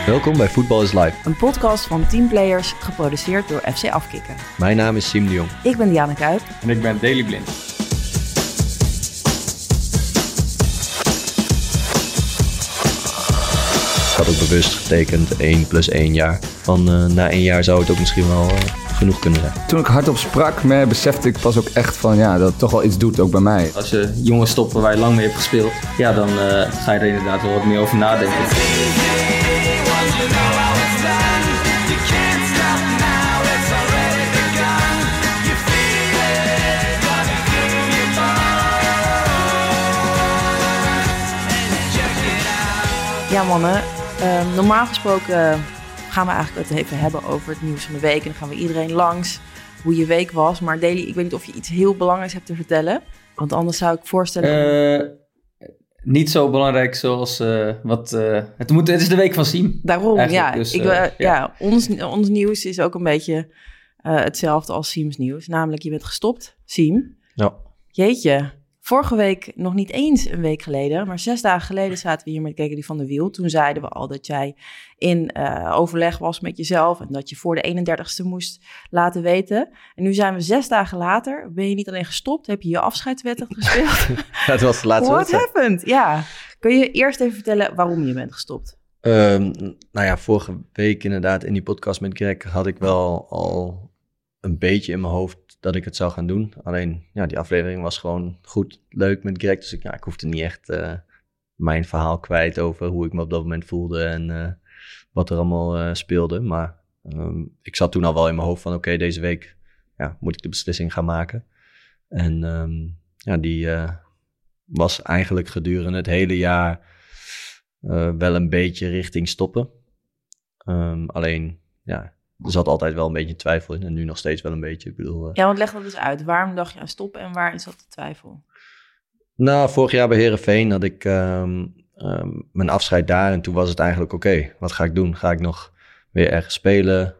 Welkom bij Voetbal is Live. Een podcast van teamplayers, geproduceerd door FC Afkikken. Mijn naam is Siem de Jong. Ik ben Diana Kuip. En ik ben Daley Blind. Ik had ook bewust getekend 1 + 1 jaar. Van na 1 jaar zou het ook misschien wel genoeg kunnen zijn. Toen ik hardop sprak, besefte ik pas ook echt van dat het toch wel iets doet, ook bij mij. Als je jongens stoppen waar je lang mee hebt gespeeld, ja, dan ga je er inderdaad wel wat meer over nadenken. Ja mannen, normaal gesproken gaan we eigenlijk het even hebben over het nieuws van de week. En dan gaan we iedereen langs hoe je week was. Maar Daley, ik weet niet of je iets heel belangrijks hebt te vertellen. Want anders zou ik voorstellen... Niet zo belangrijk zoals het is de week van Siem. Daarom, ja. Dus, Ons nieuws is ook een beetje hetzelfde als Siems nieuws. Namelijk, je bent gestopt, Siem. Ja. Jeetje. Vorige week, nog niet eens een week geleden, maar 6 dagen geleden zaten we hier met Kekerdie van der Wiel. Toen zeiden we al dat jij in overleg was met jezelf en dat je voor de 31ste moest laten weten. En nu zijn we 6 dagen later. Ben je niet alleen gestopt, heb je je afscheidswedstrijd gespeeld? Dat was de laatste wedstrijd. What happened? Ja. Kun je eerst even vertellen waarom je bent gestopt? Vorige week inderdaad in die podcast met Greg had ik wel al een beetje in mijn hoofd dat ik het zou gaan doen. Alleen, die aflevering was gewoon goed, leuk met Greg. Dus ik hoefde niet echt mijn verhaal kwijt over hoe ik me op dat moment voelde en wat er allemaal speelde. Maar ik zat toen al wel in mijn hoofd van oké, deze week moet ik de beslissing gaan maken. En die was eigenlijk gedurende het hele jaar wel een beetje richting stoppen. Alleen, er zat altijd wel een beetje twijfel in en nu nog steeds wel een beetje. Ik bedoel, Ja, want leg dat dus uit. Waarom dacht je aan stoppen en waarin zat de twijfel? Nou, vorig jaar bij Heerenveen had ik mijn afscheid daar en toen was het eigenlijk oké, wat ga ik doen? Ga ik nog weer ergens spelen?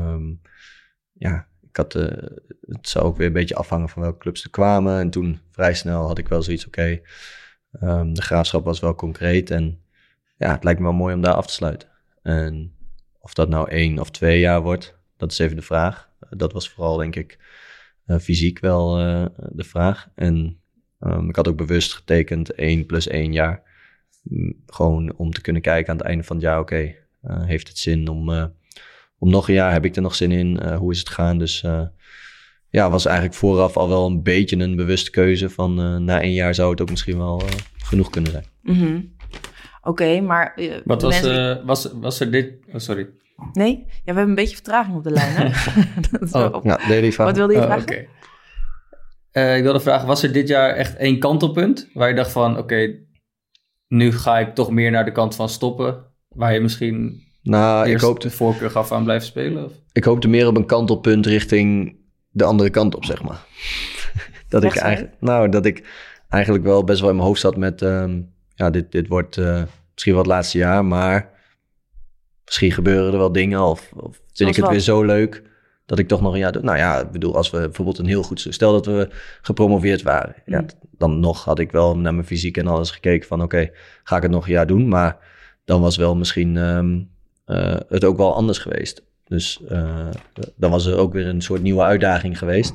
Het zou ook weer een beetje afhangen van welke clubs er kwamen. En toen vrij snel had ik wel zoiets de Graafschap was wel concreet en het lijkt me wel mooi om daar af te sluiten. En of dat nou 1 of 2 jaar wordt, dat is even de vraag. Dat was vooral, denk ik, fysiek wel de vraag. En ik had ook bewust getekend 1 + 1 jaar. Gewoon om te kunnen kijken aan het einde van het jaar, heeft het zin om nog een jaar? Heb ik er nog zin in? Hoe is het gaan? Dus was eigenlijk vooraf al wel een beetje een bewuste keuze van na 1 jaar zou het ook misschien wel genoeg kunnen zijn. Mm-hmm. Oké, maar... Wat was er dit... Oh, sorry. Nee? Ja, we hebben een beetje vertraging op de lijn, hè? Wat wilde je vragen? Okay. Ik wilde vragen, was er dit jaar echt 1 kantelpunt waar je dacht van, nu ga ik toch meer naar de kant van stoppen, waar je misschien de voorkeur gaf aan blijven spelen? Of? Ik hoopte meer op een kantelpunt richting de andere kant op, zeg maar. dat ik eigenlijk wel best wel in mijn hoofd zat met... dit wordt misschien wel het laatste jaar, maar misschien gebeuren er wel dingen of vind ik het weer zo leuk dat ik toch nog een jaar doe. Nou ja, ik bedoel, als we bijvoorbeeld een heel goed... Stel dat we gepromoveerd waren. Dan nog had ik wel naar mijn fysiek en alles gekeken van ga ik het nog een jaar doen? Maar dan was wel misschien het ook wel anders geweest. Dus dan was er ook weer een soort nieuwe uitdaging geweest.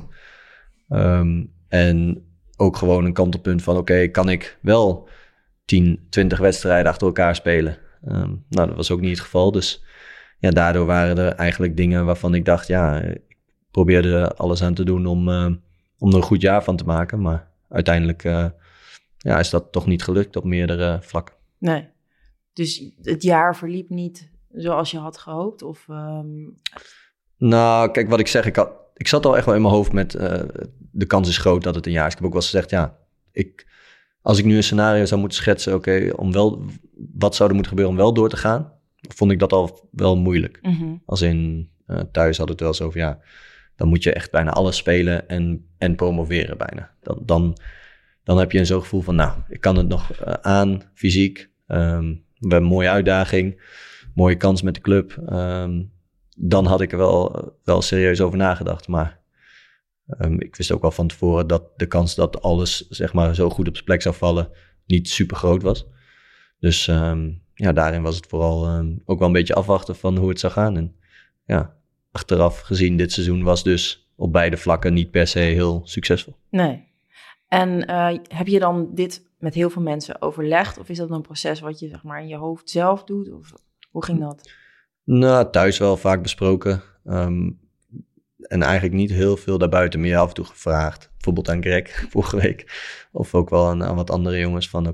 En ook gewoon een kantelpunt van kan ik wel 10, 20 wedstrijden achter elkaar spelen. Dat was ook niet het geval. Dus daardoor waren er eigenlijk dingen waarvan ik dacht... ik probeerde er alles aan te doen om er een goed jaar van te maken. Maar uiteindelijk is dat toch niet gelukt op meerdere vlakken. Nee. Dus het jaar verliep niet zoals je had gehoopt? Of, Nou, kijk wat ik zeg. Ik zat al echt wel in mijn hoofd met... de kans is groot dat het een jaar is. Ik heb ook wel eens gezegd, als ik nu een scenario zou moeten schetsen, wat zou er moeten gebeuren om wel door te gaan, vond ik dat al wel moeilijk. Mm-hmm. Als in thuis had het wel zo van dan moet je echt bijna alles spelen en promoveren bijna. Dan heb je zo'n gevoel van, ik kan het nog aan, fysiek. We hebben een mooie uitdaging, mooie kans met de club. Dan had ik er wel serieus over nagedacht, maar ik wist ook al van tevoren dat de kans dat alles zeg maar zo goed op zijn plek zou vallen niet super groot was. Dus daarin was het vooral ook wel een beetje afwachten van hoe het zou gaan. En ja, achteraf gezien dit seizoen was dus op beide vlakken niet per se heel succesvol. Nee. En heb je dan dit met heel veel mensen overlegd? Of is dat een proces wat je zeg maar in je hoofd zelf doet? Of hoe ging dat? Nou, thuis wel vaak besproken. En eigenlijk niet heel veel daarbuiten, meer af en toe gevraagd. Bijvoorbeeld aan Greg vorige week. Of ook wel aan wat andere jongens van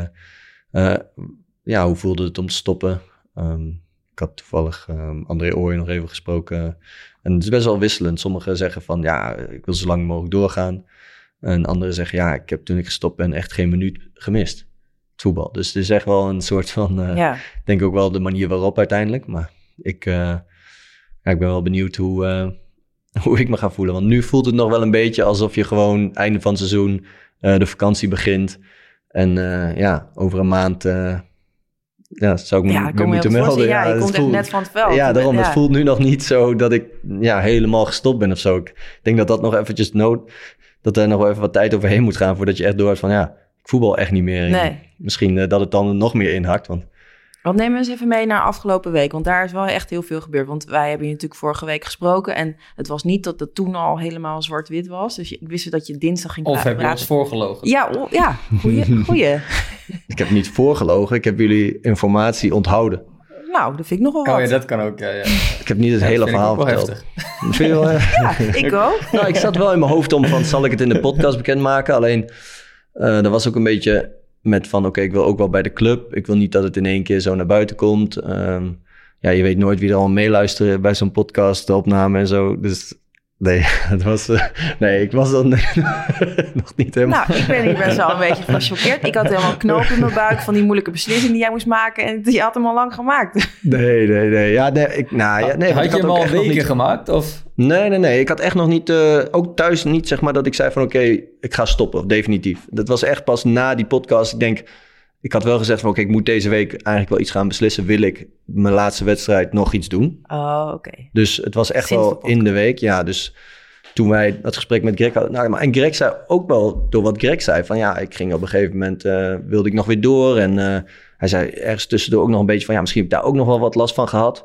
hoe voelde het om te stoppen? Ik had toevallig André Ooij nog even gesproken. En het is best wel wisselend. Sommigen zeggen van ik wil zo lang mogelijk doorgaan. En anderen zeggen ik heb toen ik gestopt ben echt geen minuut gemist. Het voetbal. Dus het is echt wel een soort van, ik denk ook wel de manier waarop uiteindelijk. Maar ik ben wel benieuwd hoe ik me ga voelen. Want nu voelt het nog wel een beetje alsof je gewoon einde van het seizoen de vakantie begint. En over een maand zou ik me moeten melden. Ja, je komt echt net van het veld. Ja, daarom. Het voelt nu nog niet zo dat ik helemaal gestopt ben of zo. Ik denk dat nog eventjes dat er nog wel even wat tijd overheen moet gaan voordat je echt door hebt van ik voetbal echt niet meer. Nee. Misschien dat het dan nog meer inhakt. Wat nemen we eens even mee naar afgelopen week? Want daar is wel echt heel veel gebeurd. Want wij hebben je natuurlijk vorige week gesproken. En het was niet dat het toen al helemaal zwart-wit was. Dus ik wist dat je dinsdag ging praten. Of heb je ons voorgelogen? Ja, goeie. Ik heb niet voorgelogen. Ik heb jullie informatie onthouden. Nou, dat vind ik nogal wat. Ja, dat kan ook, ja. Ik heb niet het hele verhaal verteld. Ik ook. Nou, ik zat wel in mijn hoofd om zal ik het in de podcast bekendmaken? Alleen, er was ook een beetje met van, ik wil ook wel bij de club. Ik wil niet dat het in één keer zo naar buiten komt. Je weet nooit wie er al meeluistert bij zo'n podcast, de opname en zo. Dus nee, ik was dan nog niet helemaal... Nou, ik ben hier best wel een beetje gechoqueerd. Ik had helemaal een knoop in mijn buik van die moeilijke beslissing die jij moest maken. En je had hem al lang gemaakt. Nee. Had je hem al weken gemaakt? Of? Nee. Ik had echt nog niet, ook thuis niet zeg maar dat ik zei van ik ga stoppen, definitief. Dat was echt pas na die podcast. Ik had wel gezegd van ik moet deze week eigenlijk wel iets gaan beslissen. Wil ik mijn laatste wedstrijd nog iets doen? Oh, oké. Dus het was echt wel in de week. Ja, dus toen wij dat gesprek met Greg hadden... en Greg zei ook wel, door wat Greg zei... van ik ging op een gegeven moment... wilde ik nog weer door. En hij zei ergens tussendoor ook nog een beetje van... misschien heb ik daar ook nog wel wat last van gehad.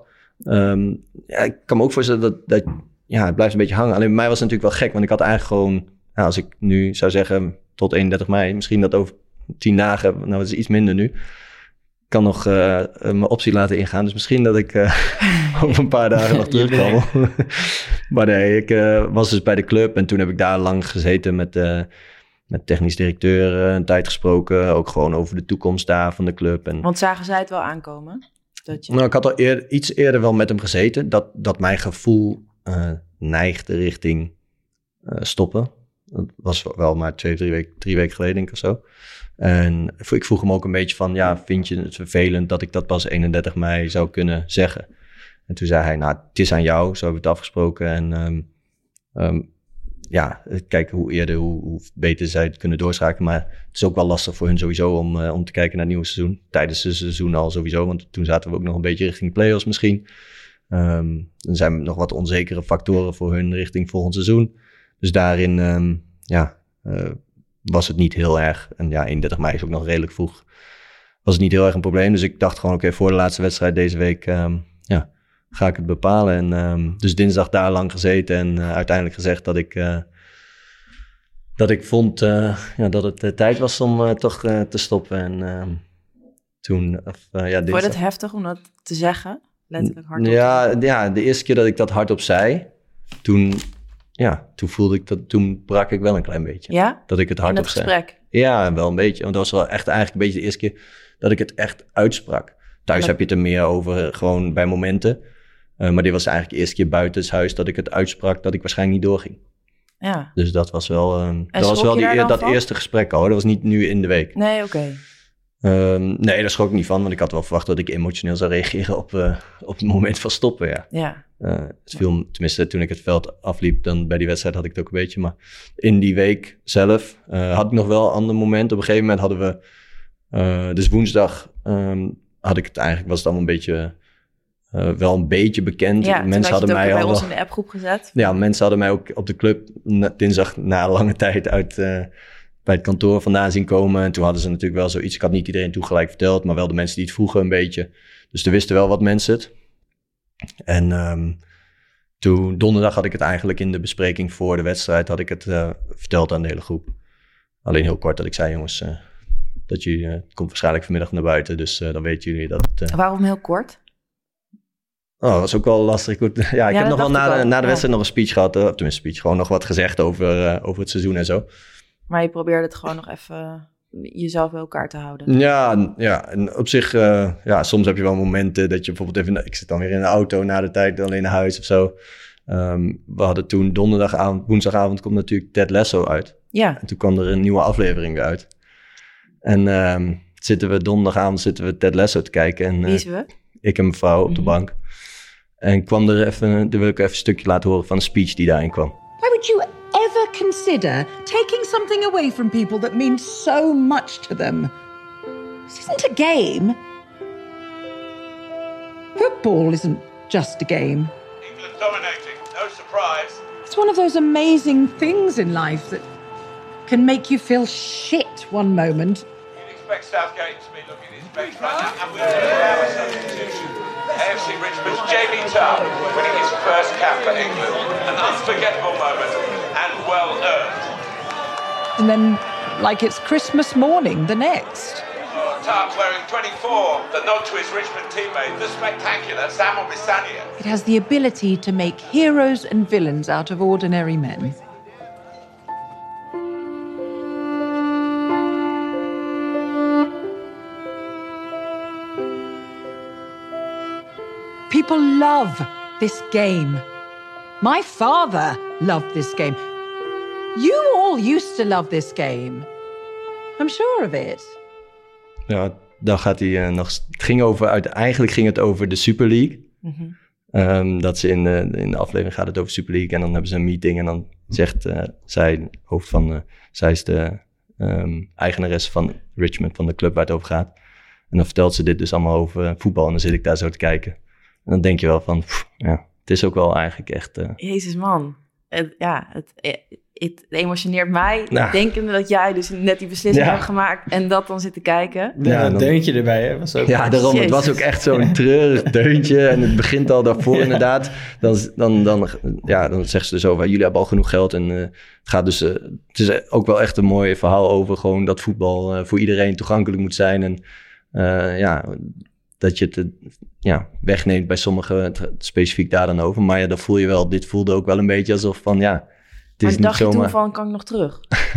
Ik kan me ook voorstellen dat het blijft een beetje hangen. Alleen bij mij was het natuurlijk wel gek... want ik had eigenlijk gewoon... als ik nu zou zeggen tot 31 mei... misschien dat over 10 dagen... nou, het is iets minder nu... kan nog mijn optie laten ingaan. Dus misschien dat ik over een paar dagen nog terugkom. Maar nee, ik was dus bij de club. En toen heb ik daar lang gezeten met technisch directeur een tijd gesproken. Ook gewoon over de toekomst daar van de club. Want zagen zij het wel aankomen? Nou, ik had al iets eerder wel met hem gezeten. Dat mijn gevoel neigde richting stoppen. Dat was wel maar 3 weken geleden, denk ik of zo. En ik vroeg hem ook een beetje van... vind je het vervelend dat ik dat pas 31 mei zou kunnen zeggen? En toen zei hij, het is aan jou, zo hebben we het afgesproken. En kijk hoe eerder, hoe beter zij het kunnen doorschakelen. Maar het is ook wel lastig voor hun sowieso om te kijken naar het nieuwe seizoen. Tijdens het seizoen al sowieso, want toen zaten we ook nog een beetje richting play-offs misschien. Dan zijn er nog wat onzekere factoren voor hun richting volgend seizoen. Dus daarin, was het niet heel erg. En 31 mei is ook nog redelijk vroeg. Was het niet heel erg een probleem. Dus ik dacht gewoon, voor de laatste wedstrijd deze week... ga ik het bepalen. En dus dinsdag daar lang gezeten. En uiteindelijk gezegd dat ik vond dat het tijd was om toch te stoppen. En toen... Vond je het heftig om dat te zeggen? Letterlijk hardop? Ja, de eerste keer dat ik dat hardop zei... Toen voelde ik dat... Toen brak ik wel een klein beetje. Ja? Dat ik het hardop zei. In het gesprek? Ja, wel een beetje. Want dat was wel echt eigenlijk een beetje de eerste keer dat ik het echt uitsprak. Thuis heb je het er meer over, gewoon bij momenten. Maar dit was eigenlijk de eerste keer buiten het huis dat ik het uitsprak, dat ik waarschijnlijk niet doorging. Ja. Dus dat was wel, dat eerste gesprek al. Dat was niet nu in de week. Nee, oké. Nee, daar schrok ik niet van, want ik had wel verwacht dat ik emotioneel zou reageren op het moment van stoppen, ja. Het viel, tenminste, toen ik het veld afliep, dan bij die wedstrijd had ik het ook een beetje. Maar in die week zelf had ik nog wel een ander moment. Op een gegeven moment hadden we, dus woensdag had ik het eigenlijk, was het allemaal een beetje, wel een beetje bekend. Ja, mensen hadden mij bij ons in de appgroep gezet. Ja, mensen hadden mij ook op de club dinsdag na een lange tijd bij het kantoor vandaan zien komen. En toen hadden ze natuurlijk wel zoiets. Ik had niet iedereen toen gelijk verteld, maar wel de mensen die het vroegen een beetje. Dus er wisten wel wat mensen het. En toen donderdag had ik het eigenlijk in de bespreking voor de wedstrijd, had ik het verteld aan de hele groep. Alleen heel kort dat ik zei, jongens, dat jullie, het komt waarschijnlijk vanmiddag naar buiten. Dus dan weten jullie dat het... Waarom heel kort? Oh, dat was ook wel lastig. Ik heb nog wel na de wedstrijd nog een speech gehad. Tenminste, speech. Gewoon nog wat gezegd over het seizoen en zo. Maar je probeerde het gewoon nog even jezelf bij elkaar te houden. Ja. En op zich, soms heb je wel momenten dat je bijvoorbeeld even... Ik zit dan weer in de auto na de tijd alleen naar huis of zo. We hadden toen woensdagavond komt natuurlijk Ted Lasso uit. Ja. En toen kwam er een nieuwe aflevering weer uit. En donderdagavond Ted Lasso te kijken. En, wie is we? Ik en mijn vrouw op de bank. En kwam er even, dan wil ik even een stukje laten horen van een speech die daarin kwam. Why would you ever consider taking something away from people that means so much to them? This isn't a game. Football isn't just a game. England dominating, no surprise. It's one of those amazing things in life that can make you feel shit one moment. You'd expect Southgate to be looking at his bench right now, and we're going to have a substitution. AFC Richmond's Jamie Tarr winning his first cap for England. An unforgettable moment and well earned. And then, like it's Christmas morning the next. Tarr's wearing 24, the nod to his Richmond teammate, the spectacular Samuel Bissania. It has the ability to make heroes and villains out of ordinary men. People love this game. My father loved this game. You all used to love this game. I'm sure of it. Ja, dan gaat hij nog... Eigenlijk ging het over de Super League. Mm-hmm. Dat ze in de aflevering gaat het over Super League. En dan hebben ze een meeting en dan zegt zij, zij is de eigenares van Richmond, van de club waar het over gaat. En dan vertelt ze dit dus allemaal over voetbal en dan zit ik daar zo te kijken. En dan denk je wel van, het is ook wel eigenlijk echt... Jezus man, het emotioneert mij, denkende dat jij dus net die beslissing hebt gemaakt en dat dan zit te kijken. Ja, een deuntje erbij, hè? Was ook daarom. Jezus. Het was ook echt zo'n treurig deuntje en het begint al daarvoor inderdaad. Dan zegt ze dus over, jullie hebben al genoeg geld en het gaat dus... het is ook wel echt een mooi verhaal over gewoon dat voetbal voor iedereen toegankelijk moet zijn en dat je het wegneemt bij sommigen, specifiek daar dan over. Maar dan voel je wel, dit voelde ook wel een beetje alsof van het is maar dacht niet je zomaar... toen van, kan ik nog terug?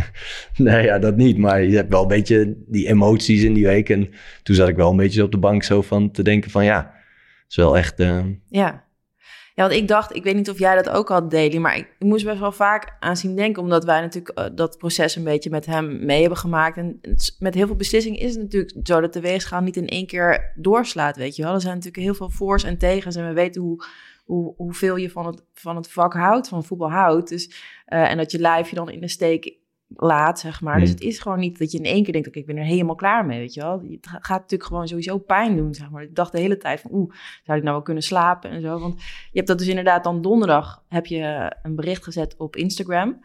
Nee, dat niet. Maar je hebt wel een beetje die emoties in die week. En toen zat ik wel een beetje op de bank zo van te denken van het is wel echt... Ja, want ik dacht, ik weet niet of jij dat ook had, Daily, maar ik moest best wel vaak aan zien denken, omdat wij natuurlijk dat proces een beetje met hem mee hebben gemaakt. En met heel veel beslissingen is het natuurlijk zo dat de weegschaal niet in één keer doorslaat, weet je wel. Er zijn natuurlijk heel veel voor's en tegens en we weten hoeveel je van het vak houdt, van voetbal houdt. Dus, en dat je lijf je dan in de steek laat, zeg maar. Dus het is gewoon niet dat je in één keer denkt, ik ben er helemaal klaar mee, weet je wel. Het gaat natuurlijk gewoon sowieso pijn doen, zeg maar. Ik dacht de hele tijd van, zou ik nou wel kunnen slapen en zo. Want je hebt dat dus inderdaad dan donderdag, heb je een bericht gezet op Instagram.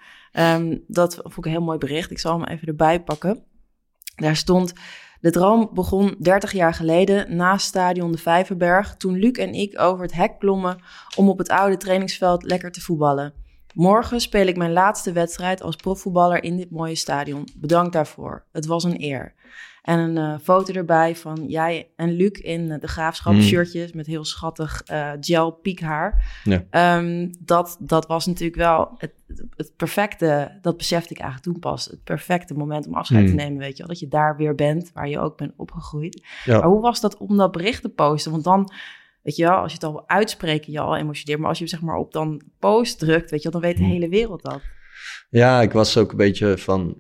Dat vond ik een heel mooi bericht. Ik zal hem even erbij pakken. Daar stond... De droom begon 30 jaar geleden naast stadion de Vijverberg, toen Luc en ik over het hek klommen om op het oude trainingsveld lekker te voetballen. Morgen speel ik mijn laatste wedstrijd als profvoetballer in dit mooie stadion. Bedankt daarvoor. Het was een eer. En een foto erbij van jij en Luc in de Graafschap shirtjes met heel schattig gel piekhaar. Ja. Dat was natuurlijk wel het perfecte, dat besefte ik eigenlijk toen pas, het perfecte moment om afscheid te nemen, weet je wel. Dat je daar weer bent, waar je ook bent opgegroeid. Ja. Maar hoe was dat om dat bericht te posten? Want dan, weet je wel, als je het al wil uitspreken, je al emotioneert. Maar als je zeg maar op dan post drukt, weet je wel, dan weet de hele wereld dat. Ja, ik was ook een beetje van,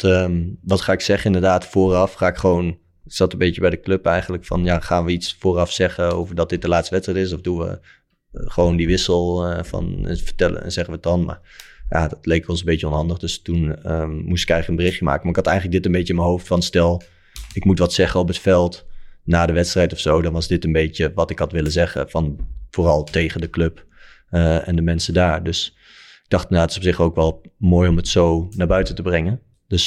wat ga ik zeggen inderdaad vooraf? Ik zat een beetje bij de club eigenlijk van, gaan we iets vooraf zeggen over dat dit de laatste wedstrijd is? Of doen we gewoon die wissel van vertellen en zeggen we het dan? Maar dat leek ons een beetje onhandig. Dus toen moest ik eigenlijk een berichtje maken. Maar ik had eigenlijk dit een beetje in mijn hoofd van, stel, ik moet wat zeggen op het veld na de wedstrijd of zo. Dan was dit een beetje wat ik had willen zeggen, van vooral tegen de club en de mensen daar. Dus ik dacht, het is op zich ook wel mooi om het zo naar buiten te brengen. Dus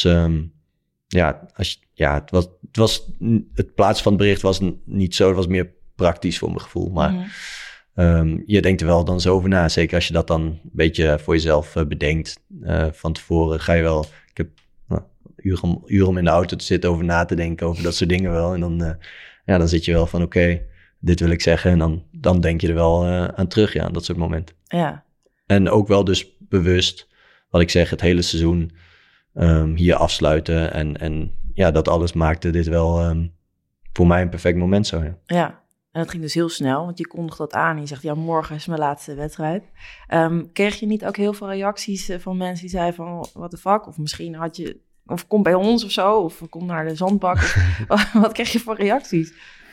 het plaatsen van het bericht was niet zo. Het was meer praktisch voor mijn gevoel. Maar je denkt er wel dan zo over na. Zeker als je dat dan een beetje voor jezelf bedenkt. Van tevoren ga je wel... Ik heb uren om in de auto te zitten over na te denken over dat soort dingen wel. En dan zit je wel van oké, dit wil ik zeggen. En dan denk je er wel aan terug, aan dat soort momenten. Ja. En ook wel dus bewust, wat ik zeg, het hele seizoen hier afsluiten. En dat alles maakte dit wel voor mij een perfect moment zo. Ja, en dat ging dus heel snel, want je kondigt dat aan. En je zegt, morgen is mijn laatste wedstrijd. Kreeg je niet ook heel veel reacties van mensen die zeiden van, what the fuck? Of misschien had je, of kom bij ons of zo, of kom naar de zandbak. Wat kreeg je voor reacties?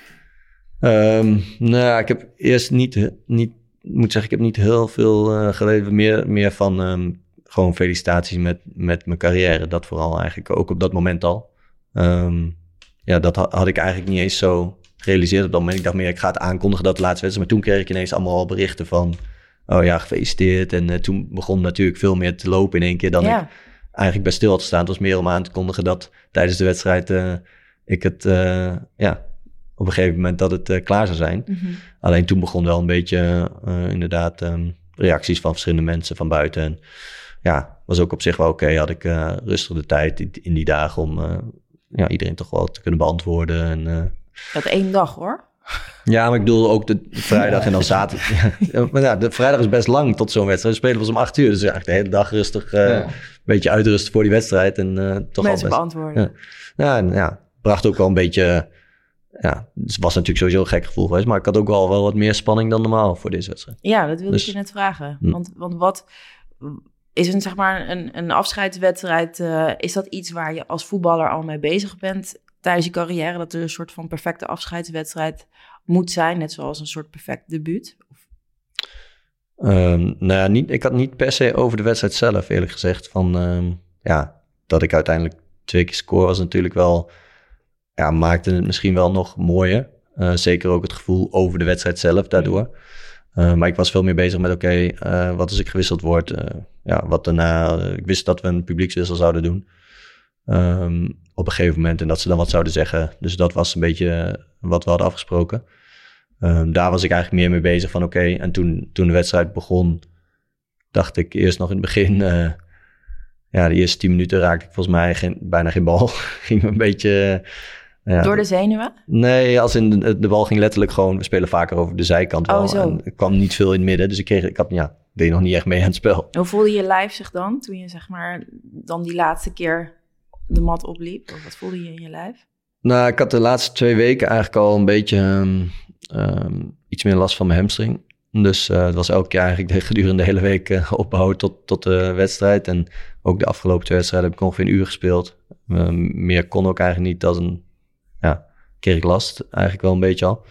Ik heb eerst niet moet zeggen, ik heb niet heel veel gelezen. Meer van gewoon felicitaties met mijn carrière. Dat vooral eigenlijk ook op dat moment al. Dat had ik eigenlijk niet eens zo gerealiseerd op dat moment. Ik dacht meer, ik ga het aankondigen dat de laatste wedstrijd. Maar toen kreeg ik ineens allemaal al berichten van... oh ja, gefeliciteerd. En toen begon natuurlijk veel meer te lopen in één keer dan ik eigenlijk bij stil had staan. Het was meer om aan te kondigen dat tijdens de wedstrijd ik het... op een gegeven moment dat het klaar zou zijn. Mm-hmm. Alleen toen begon wel een beetje inderdaad reacties van verschillende mensen van buiten. En was ook op zich wel oké. Had ik rustig de tijd in die dagen om iedereen toch wel te kunnen beantwoorden. En, dat 1 dag hoor. Ja, maar ik bedoel ook de vrijdag en dan zaterdag. Maar de vrijdag is best lang tot zo'n wedstrijd. We spelen was om 8 uur, dus eigenlijk de hele dag rustig een beetje uitrusten voor die wedstrijd. En toch mensen al best beantwoorden. Bracht ook wel een beetje... Ja, het was natuurlijk sowieso een gek gevoel geweest, maar ik had ook wel wat meer spanning dan normaal voor deze wedstrijd. Ja, dat wilde ik je net vragen. Want wat is een afscheidswedstrijd? Is dat iets waar je als voetballer al mee bezig bent tijdens je carrière? Dat er een soort van perfecte afscheidswedstrijd moet zijn, net zoals een soort perfect debuut? Ik had niet per se over de wedstrijd zelf, eerlijk gezegd. Dat ik uiteindelijk 2 keer score was natuurlijk wel... Ja, maakte het misschien wel nog mooier. Zeker ook het gevoel over de wedstrijd zelf daardoor. Maar ik was veel meer bezig met wat als ik gewisseld word? Wat daarna... ik wist dat we een publiekswissel zouden doen. Op een gegeven moment. En dat ze dan wat zouden zeggen. Dus dat was een beetje wat we hadden afgesproken. Daar was ik eigenlijk meer mee bezig van en toen de wedstrijd begon... dacht ik eerst nog in het begin... de eerste 10 minuten raakte ik volgens mij bijna geen bal. Ging een beetje... Door de zenuwen? Nee, als in de bal ging letterlijk gewoon... We spelen vaker over de zijkant wel. Zo. En ik kwam niet veel in het midden. Dus ik deed nog niet echt mee aan het spel. Hoe voelde je lijf zich dan? Toen je dan die laatste keer de mat opliep? Of wat voelde je in je lijf? Nou, ik had de laatste 2 weken eigenlijk al een beetje... iets meer last van mijn hamstring. Dus het was elke keer eigenlijk gedurende de hele week opbouwen tot de wedstrijd. En ook de afgelopen 2 wedstrijden heb ik ongeveer 1 uur gespeeld. Meer kon ook eigenlijk niet. Kreeg ik last eigenlijk wel een beetje al.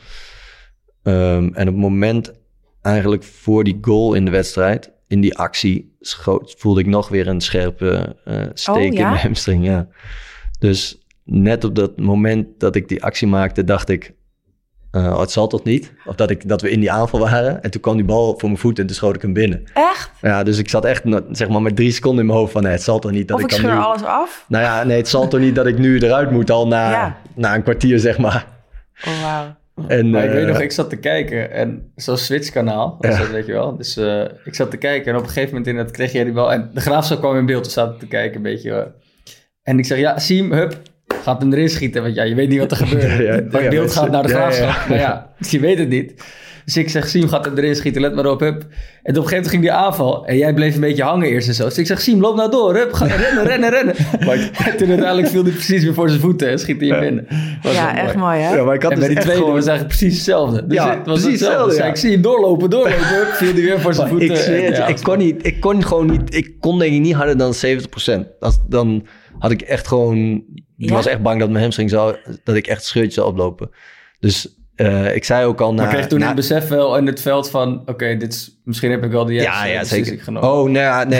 En op het moment eigenlijk voor die goal in de wedstrijd, in die actie, voelde ik nog weer een scherpe steek in mijn hamstring. Ja. Dus net op dat moment dat ik die actie maakte, dacht ik... het zal toch niet? Of dat we in die aanval waren. En toen kwam die bal voor mijn voet en toen schoot ik hem binnen. Echt? Ja, dus ik zat echt met 3 seconden in mijn hoofd van... het zal toch niet dat ik scheur alles af? Nou ja, nee, het zal toch niet dat ik nu eruit moet al na een kwartier, zeg maar. Oh, wauw. Maar ik weet nog, ik zat te kijken en zo'n Switch-kanaal, dat weet je wel. Dus ik zat te kijken en op een gegeven moment kreeg jij die bal... En de Graafschap kwam in beeld, dus zaten te kijken een beetje. En ik zeg, Siem, hup... gaat hem erin schieten, want je weet niet wat er gebeurt. Het beeld gaat naar de Graafschap. Maar je weet het niet. Dus ik zeg, Siem gaat hem erin schieten, let maar op, hup. En op een gegeven moment ging die aanval. En jij bleef een beetje hangen eerst en zo. Dus ik zeg, Siem, loop nou door, hup. Ga rennen. Maar toen uiteindelijk viel hij precies weer voor zijn voeten en schiet hij hem binnen. Echt mooi, hè? Ja, maar ik had en bij die tweede was eigenlijk precies hetzelfde. Dus het was precies hetzelfde. Dus ik zie hem doorlopen, hup. Viel hij weer voor zijn voeten. Ik zweer het, ik kon denk ik niet harder dan 70%. Dan had ik echt gewoon... Ik was echt bang dat mijn hamstring dat ik echt scheurtjes zou oplopen. Dus ik zei ook al... Maar kreeg toen het besef wel in het veld van... misschien heb ik wel de juiste beslissing genomen. Oh,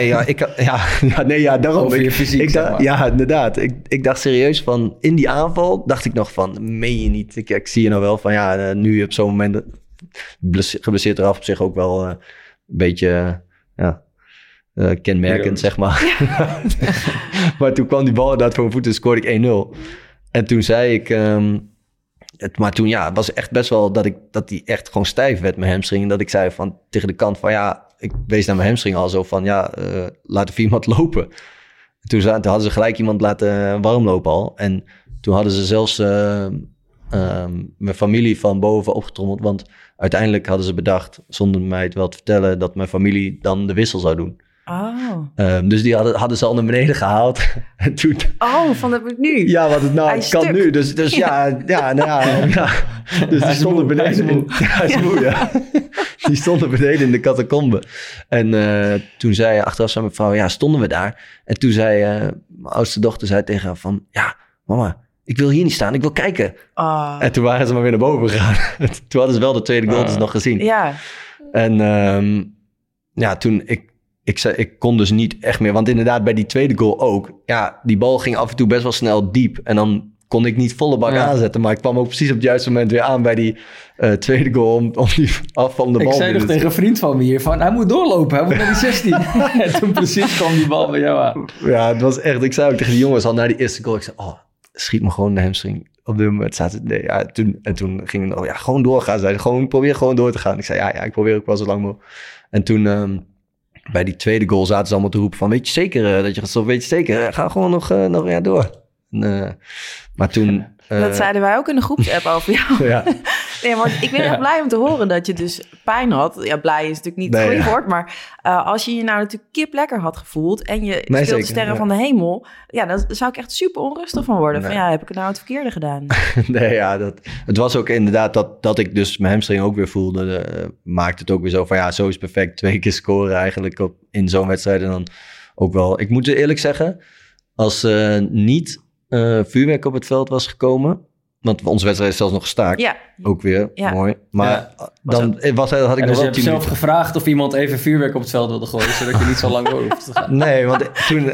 daarom. Over je fysiek, Ja, inderdaad. Ik dacht serieus van... In die aanval dacht ik nog van... Meen je niet? Ik zie je nou wel van... nu op zo'n moment... Geblesseerd eraf op zich ook wel een beetje... kenmerkend, zeg maar. Maar toen kwam die bal inderdaad voor mijn voeten en scoorde ik 1-0. En toen zei ik... maar toen, het was echt best wel dat die echt gewoon stijf werd, mijn hamstring. En dat ik zei van tegen de kant van, ik wees naar mijn hamstring al zo van, laat even iemand lopen. En toen hadden ze gelijk iemand laten warm lopen al. En toen hadden ze zelfs mijn familie van boven opgetrommeld. Want uiteindelijk hadden ze bedacht, zonder mij het wel te vertellen, dat mijn familie dan de wissel zou doen. Oh. Dus die hadden ze al naar beneden gehaald. En toen, van dat moet nu. Ja, wat het kan stuk. nu. Dus Dus die stonden beneden. Hij is moe, ja. Die stonden beneden in de catacombe. En toen zei achteraf zei mijn vrouw, stonden we daar? En toen zei mijn oudste dochter tegen haar van, mama, ik wil hier niet staan, ik wil kijken. En toen waren ze maar weer naar boven gegaan. Toen hadden ze wel de tweede goal dus nog gezien. Ja. En toen ik kon dus niet echt meer, want inderdaad bij die tweede goal ook. Ja, die bal ging af en toe best wel snel diep. En dan kon ik niet volle bak aanzetten. Maar ik kwam ook precies op het juiste moment weer aan bij die tweede goal om die afvallende bal. Ik zei nog tegen een vriend van me hier van, hij moet doorlopen, hij moet naar die 16. En toen precies kwam die bal bij jou aan. Ja, het was echt, ik zei ook tegen die jongens al na die eerste goal, ik zei, schiet me gewoon de hamstring. Op dit moment toen ging het, gewoon doorgaan. Zei, probeer gewoon door te gaan. Ik zei, ik probeer ook wel zo lang mogelijk. En toen... bij die tweede goal zaten ze allemaal te roepen van... weet je zeker dat je gaat stoppen? Weet je zeker? Ga gewoon nog een jaar door. Maar toen... dat zeiden wij ook in de groepsapp over jou. Ja. Nee, maar ik ben echt blij om te horen dat je dus pijn had. Ja, blij is natuurlijk niet het goede woord. Maar als je je nou natuurlijk kip lekker had gevoeld... en je speelt de sterren van de hemel... dan zou ik echt super onrustig van worden. Van heb ik het nou het verkeerde gedaan? Nee, het was ook inderdaad dat ik dus mijn hamstring ook weer voelde. Maakte het ook weer zo van zo is perfect. 2 keer scoren eigenlijk in zo'n wedstrijd. En dan ook wel... Ik moet eerlijk zeggen, als niet vuurwerk op het veld was gekomen... Want onze wedstrijd is zelfs nog gestaakt. Ja. Ook weer, mooi. Maar dan had ik nog wel 10 minuten. Zelf gevraagd of iemand even vuurwerk op het veld wilde gooien... zodat je niet zo lang door hoeft te gaan. Nee, want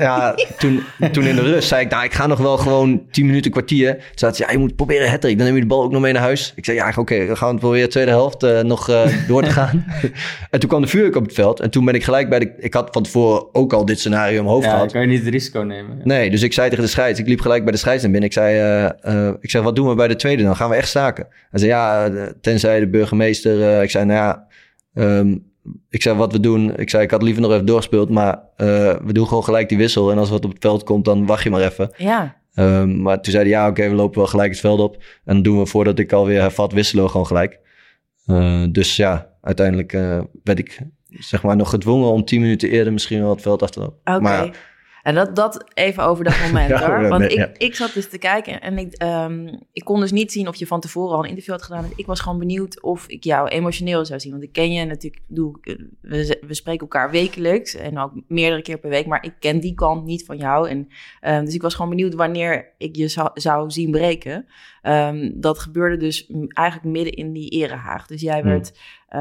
toen in de rust zei ik... ik ga nog wel gewoon 10 minuten, kwartier. Toen zei ze, je moet proberen hattrick. Dan neem je de bal ook nog mee naar huis. Ik zei, oké, dan gaan we proberen tweede helft nog door te gaan. En toen kwam de vuurwerk op het veld. En toen ben ik gelijk ik had van tevoren ook al dit scenario in mijn hoofd gehad. Ja, kan je niet het risico nemen. Ja. Nee, dus ik zei tegen de scheids... Ik liep gelijk bij de scheids naar binnen. Ik zei, wat doen we bij de tweede? Dan gaan we echt staken. Hij zei, tenzij de burgemeester... ik zei, ik zei, wat we doen... Ik zei, ik had liever nog even doorgespeeld... maar we doen gewoon gelijk die wissel... en als wat op het veld komt, dan wacht je maar even. Ja. Maar toen zei hij, oké, we lopen wel gelijk het veld op... en dan doen we voordat ik alweer hervat wisselen we gewoon gelijk. Dus uiteindelijk werd ik zeg maar nog gedwongen... om 10 minuten eerder misschien wel het veld af te lopen. Oké. Maar, en dat even over dat moment hoor. Want ik zat dus te kijken en ik kon dus niet zien of je van tevoren al een interview had gedaan. Ik was gewoon benieuwd of ik jou emotioneel zou zien. Want ik ken je natuurlijk, we spreken elkaar wekelijks en ook meerdere keer per week. Maar ik ken die kant niet van jou. En, dus ik was gewoon benieuwd wanneer ik je zou zien breken. Dat gebeurde dus eigenlijk midden in die erehaag. Dus jij werd...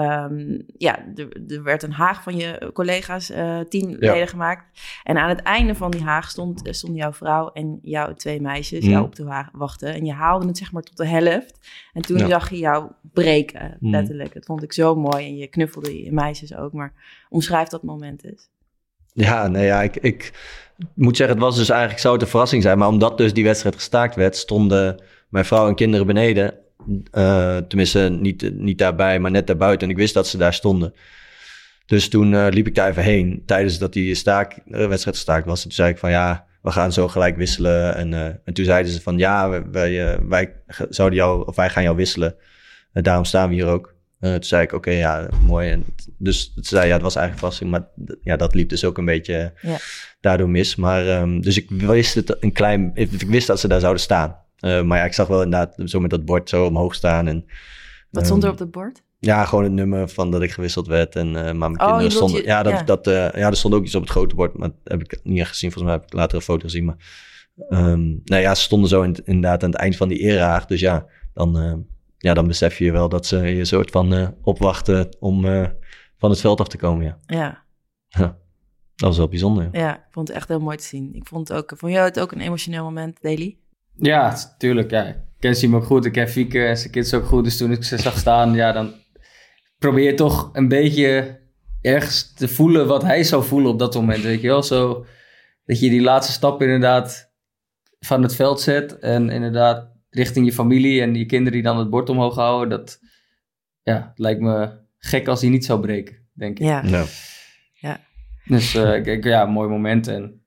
er werd een haag van je collega's, teamleden gemaakt. En aan het einde van die haag stond jouw vrouw en jouw 2 meisjes jou op te wachten. En je haalde het zeg maar tot de helft. En toen zag je jou breken, letterlijk. Dat vond ik zo mooi. En je knuffelde je meisjes ook. Maar omschrijf dat moment eens. Ja, ik moet zeggen, het was dus eigenlijk, zou het een verrassing zijn. Maar omdat dus die wedstrijd gestaakt werd, stonden mijn vrouw en kinderen beneden... tenminste, niet daarbij, maar net daarbuiten. En ik wist dat ze daar stonden. Dus toen liep ik daar even heen tijdens dat die wedstrijd gestaakt was. En toen zei ik van we gaan zo gelijk wisselen. En toen zeiden ze van wij gaan jou wisselen. Daarom staan we hier ook. Toen zei ik oké, mooi. En dus het zei het was eigenlijk verrassing. Maar dat liep dus ook een beetje daardoor mis. Maar dus ik wist ik wist dat ze daar zouden staan. Maar ik zag wel inderdaad zo met dat bord zo omhoog staan. En, wat stond er op dat bord? Ja, gewoon het nummer van dat ik gewisseld werd. En, maar mijn kinderen stonden... er stond ook iets op het grote bord. Maar dat heb ik niet echt gezien. Volgens mij heb ik later een foto gezien. Maar ze stonden zo inderdaad aan het eind van die erehaag. Dus dan besef je wel dat ze je soort van opwachten om van het veld af te komen. Ja. Dat was wel bijzonder. Ja, ik vond het echt heel mooi te zien. Vond jij het ook een emotioneel moment, Daly? Ja, tuurlijk. Ja. Ik ken Siem ook goed. Ik ken Fieke en zijn kids ook goed. Dus toen ik ze zag staan, dan probeer je toch een beetje ergens te voelen wat hij zou voelen op dat moment, weet je wel. Zo dat je die laatste stap inderdaad van het veld zet en inderdaad richting je familie en je kinderen die dan het bord omhoog houden. Dat het lijkt me gek als hij niet zou breken, denk ik. Ja. Ja. Dus mooi moment en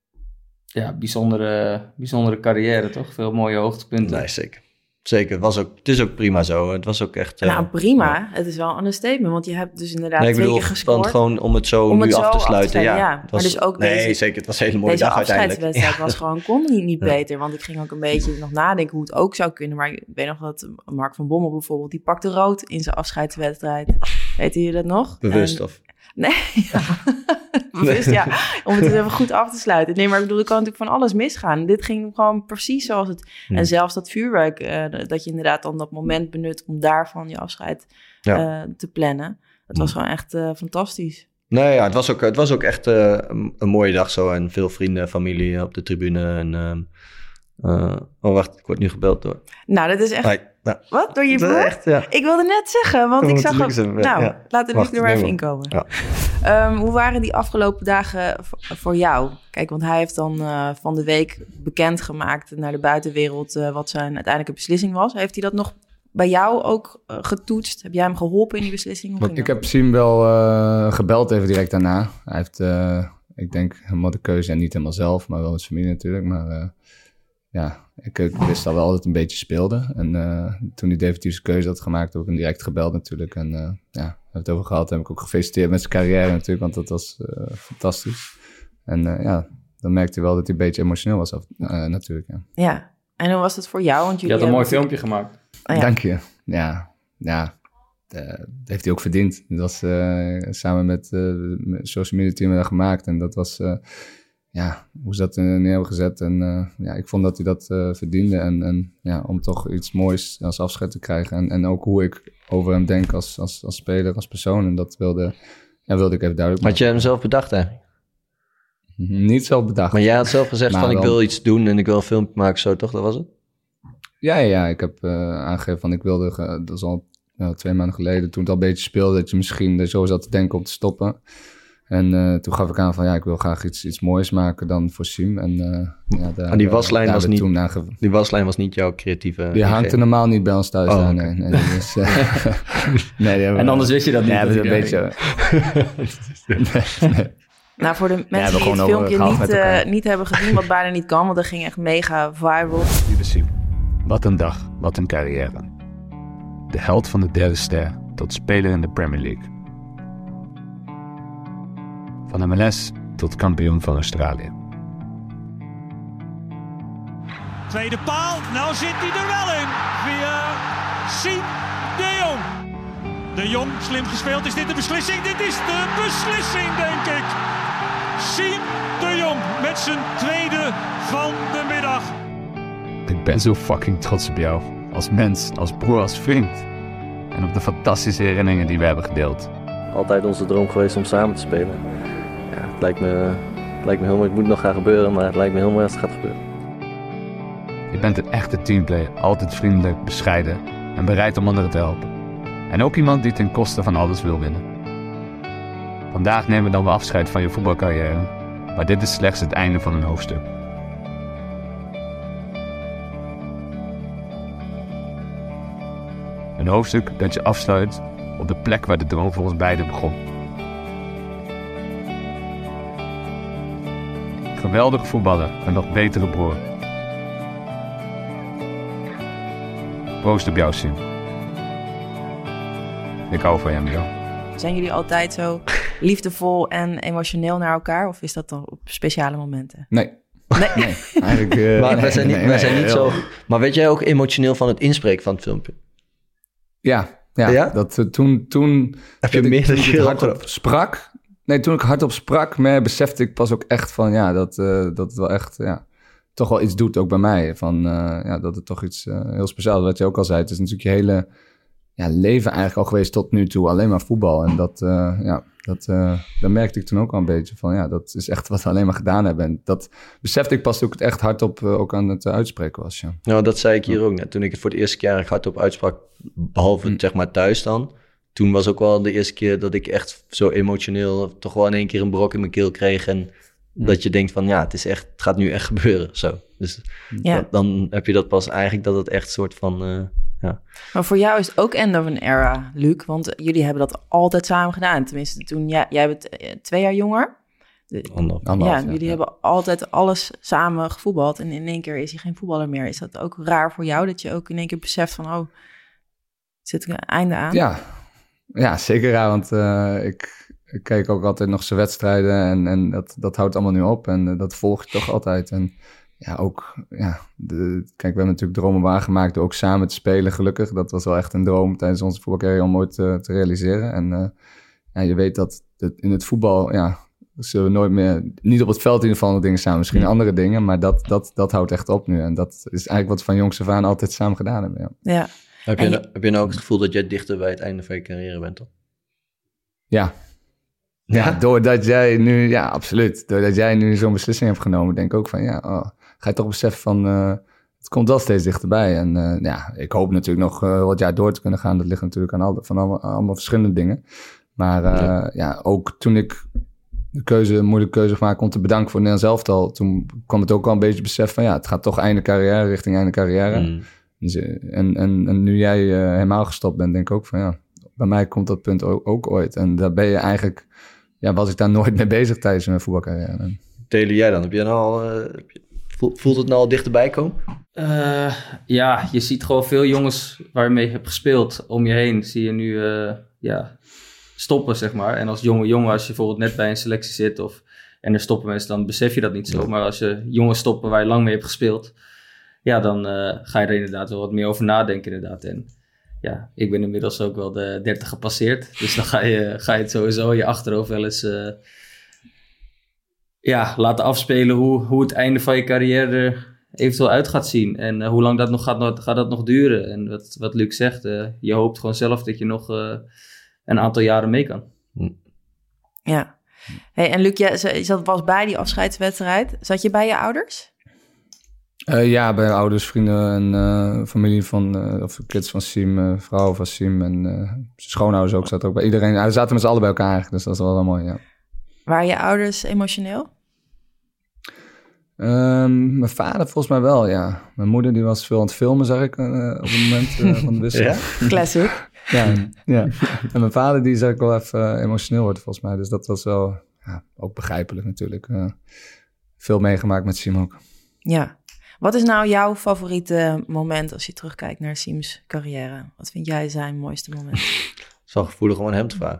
bijzondere carrière, toch? Veel mooie hoogtepunten. Nee, zeker. Zeker, het is ook prima zo. Het was ook echt... prima. Het is wel een understatement, want je hebt dus inderdaad 2 keer gescoord. Gewoon om het zo nu af te sluiten. Ja. Het was, maar dus ook zeker. Het was een hele mooie dag uiteindelijk. Deze afscheidswedstrijd was gewoon niet beter. Want ik ging ook een beetje nog nadenken hoe het ook zou kunnen. Maar ik weet nog dat Mark van Bommel bijvoorbeeld, die pakte rood in zijn afscheidswedstrijd. Weet je dat nog? Bewust of... Nee, bewust, ja. Om het even goed af te sluiten. Nee, maar ik bedoel, er kan natuurlijk van alles misgaan. Dit ging gewoon precies zoals het... En zelfs dat vuurwerk, dat je inderdaad dan dat moment benut om daarvan je afscheid te plannen. Het was gewoon echt fantastisch. Nee, ja, het was ook echt een mooie dag zo. En veel vrienden, familie op de tribune. En, wacht, ik word nu gebeld door... Nou, dat is echt... Wat? Door je broer? Echt, ja. Ik wilde net zeggen, want ik zag... laten we er maar even inkomen. Ja. Hoe waren die afgelopen dagen voor jou? Kijk, want hij heeft dan van de week bekendgemaakt naar de buitenwereld wat zijn uiteindelijke beslissing was. Heeft hij dat nog bij jou ook getoetst? Heb jij hem geholpen in die beslissing? Want ik heb hem wel gebeld even direct daarna. Hij heeft, ik denk, helemaal de keuze en niet helemaal zelf, maar wel met familie natuurlijk. Maar ik wist al wel dat het een beetje speelde. En toen hij definitief zijn keuze had gemaakt, heb ik hem direct gebeld natuurlijk. En hebben we het over gehad. Heb ik ook gefeliciteerd met zijn carrière natuurlijk, want dat was fantastisch. En dan merkte hij wel dat hij een beetje emotioneel was natuurlijk. Ja, en hoe was het voor jou? Want jullie had een mooi filmpje gemaakt. Oh, ja. Dank je. Ja, dat heeft hij ook verdiend. Dat was samen met social media team dat gemaakt. En dat was... hoe ze dat neer hebben gezet. En ik vond dat hij dat verdiende. En om toch iets moois als afscheid te krijgen. En ook hoe ik over hem denk als speler, als persoon. En dat wilde ik even duidelijk maken. Had je hem zelf bedacht eigenlijk? Niet zelf bedacht. Maar jij had zelf gezegd maar van wel... ik wil iets doen en ik wil een filmpje maken, zo toch? Dat was het? Ja. Ik heb aangegeven van ik wilde... dat was al 2 maanden geleden, toen het al een beetje speelde... dat je misschien er zo zat te denken om te stoppen... En toen gaf ik aan van ik wil graag iets moois maken dan voor Siem. En die waslijn was niet. Die waslijn was niet jouw creatieve. Die hangt er normaal niet bij ons thuis. Oh, nee. Dus, en anders wist je dat niet. Ja, we een beetje. Nee. Nou, voor de mensen die het filmpje niet hebben gezien, wat bijna niet kan, want dat ging echt mega viral. Lieve Siem, wat een dag, wat een carrière. De held van de 3e ster tot speler in de Premier League. Van MLS tot kampioen van Australië. Tweede paal, nou zit hij er wel in. Via Siem de Jong. De Jong, slim gespeeld. Is dit de beslissing? Dit is de beslissing, denk ik. Siem de Jong met zijn 2e van de middag. Ik ben zo fucking trots op jou. Als mens, als broer, als vriend. En op de fantastische herinneringen die we hebben gedeeld. Altijd onze droom geweest om samen te spelen. Ja, het lijkt me heel mooi. Het moet nog gaan gebeuren, maar het lijkt me heel mooi als het gaat gebeuren. Je bent een echte teamplayer, altijd vriendelijk, bescheiden en bereid om anderen te helpen. En ook iemand die ten koste van alles wil winnen. Vandaag nemen we dan weer afscheid van je voetbalcarrière, maar dit is slechts het einde van een hoofdstuk. Een hoofdstuk dat je afsluit op de plek waar de droom voor ons beiden begon. Geweldige voetballer, een nog betere broer. Proost op jou, Siem. Ik hou van jou, Mio. Zijn jullie altijd zo liefdevol en emotioneel naar elkaar? Of is dat dan op speciale momenten? Nee. Eigenlijk, maar wij zijn niet zo... Maar werd jij ook emotioneel van het inspreken van het filmpje? Ja? Dat toen... Heb je meer dan je hardop sprak... Nee, toen ik hardop sprak, besefte ik pas ook echt van... dat het wel echt... toch wel iets doet, ook bij mij. Van, dat het toch iets heel speciaals is. Wat je ook al zei, het is natuurlijk je hele leven eigenlijk al geweest tot nu toe. Alleen maar voetbal. En dat merkte ik toen ook al een beetje van... dat is echt wat we alleen maar gedaan hebben. En dat besefte ik pas toen ik het echt hardop ook aan het uitspreken was. Nou, dat zei ik hier ook net. Toen ik het voor het eerste keer hardop uitsprak, behalve zeg maar thuis dan... toen was ook wel de eerste keer dat ik echt zo emotioneel toch wel in één keer een brok in mijn keel kreeg. En dat je denkt van het gaat nu echt gebeuren. Zo. Dus dan heb je dat pas eigenlijk dat het echt soort van... Maar voor jou is het ook end of an era, Luc. Want jullie hebben dat altijd samen gedaan. Tenminste, toen jij bent 2 jaar jonger. Jullie hebben altijd alles samen gevoetbald. En in één keer is hij geen voetballer meer. Is dat ook raar voor jou? Dat je ook in één keer beseft van... zit er een einde aan? Ja, zeker raar. Want ik keek ook altijd nog zijn wedstrijden. En dat houdt allemaal nu op. En dat volg je toch altijd. En kijk, we hebben natuurlijk dromen waargemaakt door ook samen te spelen, gelukkig. Dat was wel echt een droom tijdens onze voetbalcarrière om ooit te realiseren. En je weet dat in het voetbal, zullen we nooit meer, niet op het veld in ieder geval, dingen samen, misschien andere dingen, maar dat houdt echt op nu. En dat is eigenlijk wat we van jongs af aan altijd samen gedaan hebben. Ja. Heb je nou ook het gevoel dat jij dichter bij het einde van je carrière bent dan? Ja, doordat jij nu, absoluut. Doordat jij nu zo'n beslissing hebt genomen, denk ik ook van, ga je toch beseffen van, het komt wel steeds dichterbij. En ik hoop natuurlijk nog wat jaar door te kunnen gaan. Dat ligt natuurlijk aan allemaal verschillende dingen. Maar ook toen ik een moeilijke keuze gemaakt om te bedanken voor het Nederlands elftal, toen kwam het ook al een beetje besef van, het gaat toch richting einde carrière. Dus, en nu jij helemaal gestopt bent, denk ik ook van, bij mij komt dat punt ook ooit. En daar ben je eigenlijk... was ik daar nooit mee bezig tijdens mijn voetbalcarrière. Taylor, jij dan? Heb je nou al, voelt het nou al dichterbij komen? Je ziet gewoon veel jongens waar je mee hebt gespeeld om je heen. Zie je nu stoppen, zeg maar. En als jonge jongen, als je bijvoorbeeld net bij een selectie zit en er stoppen mensen, dan besef je dat niet zo. Ja. Maar als je jongens stoppen waar je lang mee hebt gespeeld, dan ga je er inderdaad wel wat meer over nadenken inderdaad. En ik ben inmiddels ook wel de 30 gepasseerd. Dus dan ga je het sowieso in je achterhoofd wel eens laten afspelen hoe het einde van je carrière er eventueel uit gaat zien. En hoe lang dat nog gaat dat nog duren. En wat Luc zegt, je hoopt gewoon zelf dat je nog een aantal jaren mee kan. Ja. Hey, en Luc, je was bij die afscheidswedstrijd. Zat je bij je ouders? Bij ouders, vrienden en familie of kids van Siem, vrouw van Siem en schoonouders ook. Zat ook bij iedereen. We zaten met z'n allen bij elkaar eigenlijk, dus dat is wel mooi, ja. Waren je ouders emotioneel? Mijn vader volgens mij wel, ja. Mijn moeder die was veel aan het filmen, zag ik op het moment van de wissel. Ja? Classic. Ja. En mijn vader die zag ik wel even emotioneel worden volgens mij. Dus dat was wel ook begrijpelijk natuurlijk. Veel meegemaakt met Siem ook. Ja. Wat is nou jouw favoriete moment als je terugkijkt naar Siem's carrière? Wat vind jij zijn mooiste moment? Het is wel gevoelig om aan hem te vragen.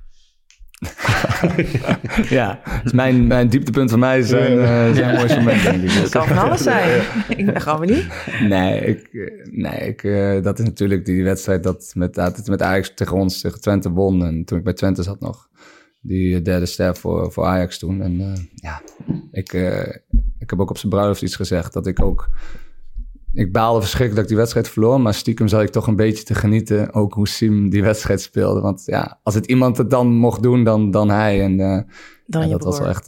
Dus mijn dieptepunt van mij zijn mooiste moment, denk ik. Het kan van alles zijn. Ik ben gewoon benieuwd. Nee, dat is natuurlijk die wedstrijd dat met Ajax tegen ons, tegen Twente won. En toen ik bij Twente zat nog. Die derde ster voor Ajax toen. En ik heb ook op zijn bruiloft iets gezegd. Dat ik baalde verschrikkelijk dat ik die wedstrijd verloor. Maar stiekem zat ik toch een beetje te genieten. Ook hoe Siem die wedstrijd speelde. Want als het iemand het dan mocht doen, dan hij. En dat was wel echt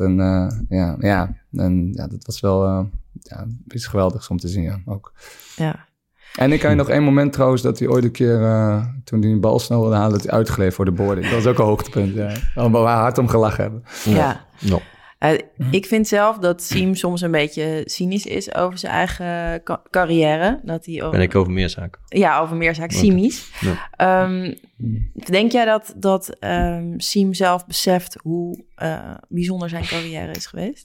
dat was wel iets geweldigs om te zien, ook. Ja. En ik kan je nog één moment trouwens, dat hij ooit een keer, toen hij een bal snel wilde halen, dat hij uitgleed voor de boarding. Dat was ook een hoogtepunt, Waar we hard om gelachen hebben. Ja. Ik vind zelf dat Siem soms een beetje cynisch is over zijn eigen carrière. Dat hij Ben ik over meer zaken? Ja, over meer zaken, cynisch. Ja. Denk jij dat Siem zelf beseft hoe bijzonder zijn carrière is geweest?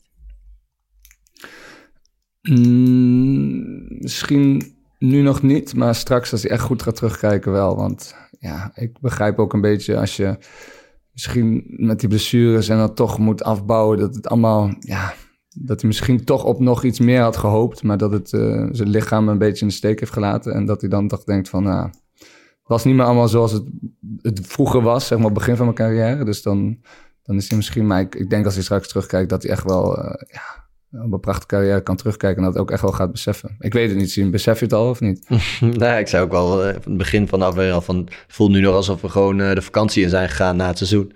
Misschien nu nog niet, maar straks als hij echt goed gaat terugkijken wel. Want ik begrijp ook een beetje als je misschien met die blessures en dat toch moet afbouwen, dat het allemaal, dat hij misschien toch op nog iets meer had gehoopt, maar dat het zijn lichaam een beetje in de steek heeft gelaten en dat hij dan toch denkt van, het was niet meer allemaal zoals het vroeger was, zeg maar, op het begin van mijn carrière. Dus dan is hij misschien, maar ik denk als hij straks terugkijkt, dat hij echt wel, op een prachtige carrière kan terugkijken en dat ook echt wel gaat beseffen. Ik weet het niet, Siem, besef je het al of niet? Nee, ik zei ook al van het begin van de aflevering van, het voelt nu nog alsof we gewoon de vakantie in zijn gegaan na het seizoen.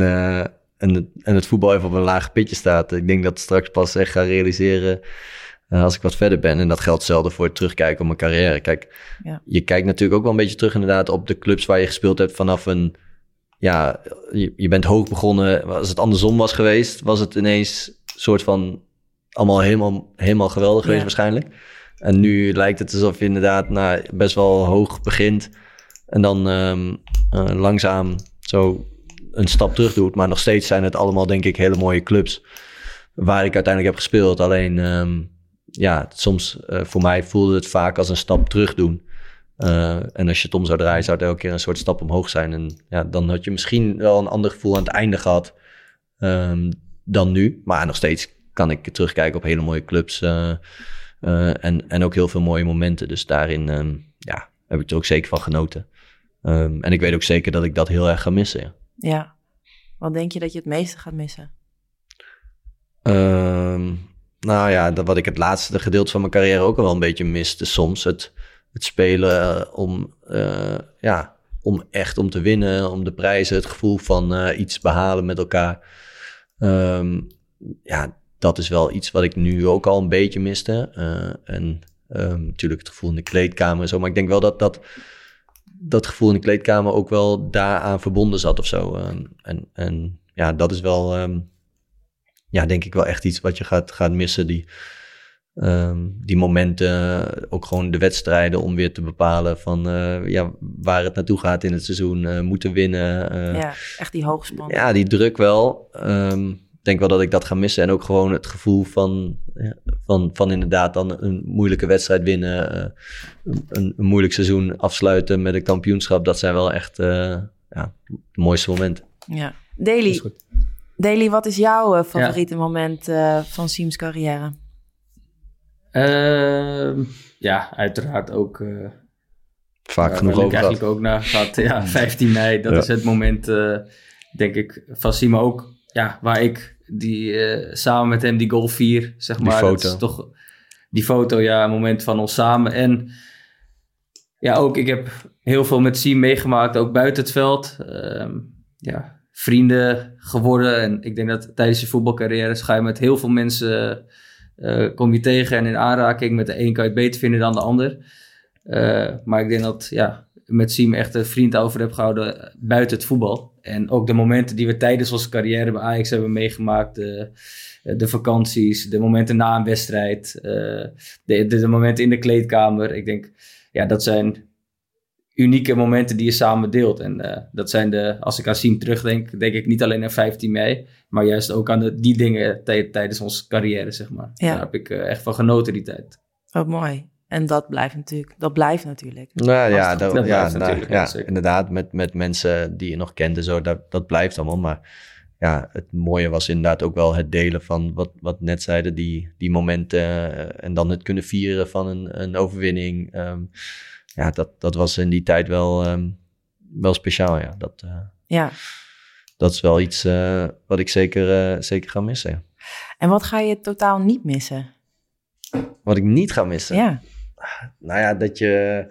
En het voetbal even op een laag pitje staat. Ik denk dat straks pas echt gaan realiseren als ik wat verder ben. En dat geldt zelden voor het terugkijken op mijn carrière. Kijk, je kijkt natuurlijk ook wel een beetje terug inderdaad op de clubs waar je gespeeld hebt vanaf een... Ja, je bent hoog begonnen. Als het andersom was geweest, was het ineens soort van allemaal helemaal geweldig geweest waarschijnlijk. En nu lijkt het alsof je inderdaad best wel hoog begint en dan langzaam zo een stap terug doet. Maar nog steeds zijn het allemaal, denk ik, hele mooie clubs waar ik uiteindelijk heb gespeeld. Alleen, soms voor mij voelde het vaak als een stap terug doen. En als je het om zou draaien, zou het elke keer een soort stap omhoog zijn. En dan had je misschien wel een ander gevoel aan het einde gehad dan nu. Maar nog steeds kan ik terugkijken op hele mooie clubs en ook heel veel mooie momenten. Dus daarin heb ik er ook zeker van genoten. En ik weet ook zeker dat ik dat heel erg ga missen. Ja. Wat denk je dat je het meeste gaat missen? Wat ik het laatste gedeelte van mijn carrière ook al wel een beetje miste soms. Het spelen om te winnen, om de prijzen, het gevoel van iets behalen met elkaar. Dat is wel iets wat ik nu ook al een beetje miste. En natuurlijk het gevoel in de kleedkamer en zo. Maar ik denk wel dat gevoel in de kleedkamer ook wel daaraan verbonden zat of zo. En dat is wel, denk ik wel echt iets wat je gaat missen. Die momenten, ook gewoon de wedstrijden om weer te bepalen van waar het naartoe gaat in het seizoen, moeten winnen. Echt die hoogspanning. Ja, die druk wel. Ik denk wel dat ik dat ga missen. En ook gewoon het gevoel van inderdaad dan een moeilijke wedstrijd winnen. Een moeilijk seizoen afsluiten met een kampioenschap. Dat zijn wel echt de mooiste momenten. Ja. Daily, wat is jouw favoriete moment van Siem's carrière? Uiteraard ook... vaak genoeg over eigenlijk ook naar gehad. 15 mei, dat is het moment, denk ik, van Siem ook. Ja, waar ik samen met hem die goal vier, zeg maar. Die foto. Dat is toch die foto, een moment van ons samen. En ook, ik heb heel veel met Siem meegemaakt, ook buiten het veld. Vrienden geworden. En ik denk dat tijdens je voetbalcarrière ga je met heel veel mensen... kom je tegen en in aanraking. Met de een kan je het beter vinden dan de ander. Maar ik denk dat met Siem echt een vriend over heb gehouden buiten het voetbal. En ook de momenten die we tijdens onze carrière bij Ajax hebben meegemaakt. De vakanties, de momenten na een wedstrijd. De momenten in de kleedkamer. Ik denk, dat zijn unieke momenten die je samen deelt. En dat zijn als ik aan Siem terugdenk, denk ik niet alleen aan 15 mei... maar juist ook aan die dingen tijdens onze carrière, zeg maar. Ja. Daar heb ik echt van genoten die tijd. Wat mooi. En dat blijft natuurlijk. Dat blijft natuurlijk. Inderdaad, met mensen die je nog kent en zo, dat blijft allemaal. Maar het mooie was inderdaad ook wel het delen van wat net zeiden, die momenten en dan het kunnen vieren van een overwinning. Dat was in die tijd wel speciaal, Dat is wel iets wat ik zeker ga missen. Ja. En wat ga je totaal niet missen? Wat ik niet ga missen? Ja. Dat je...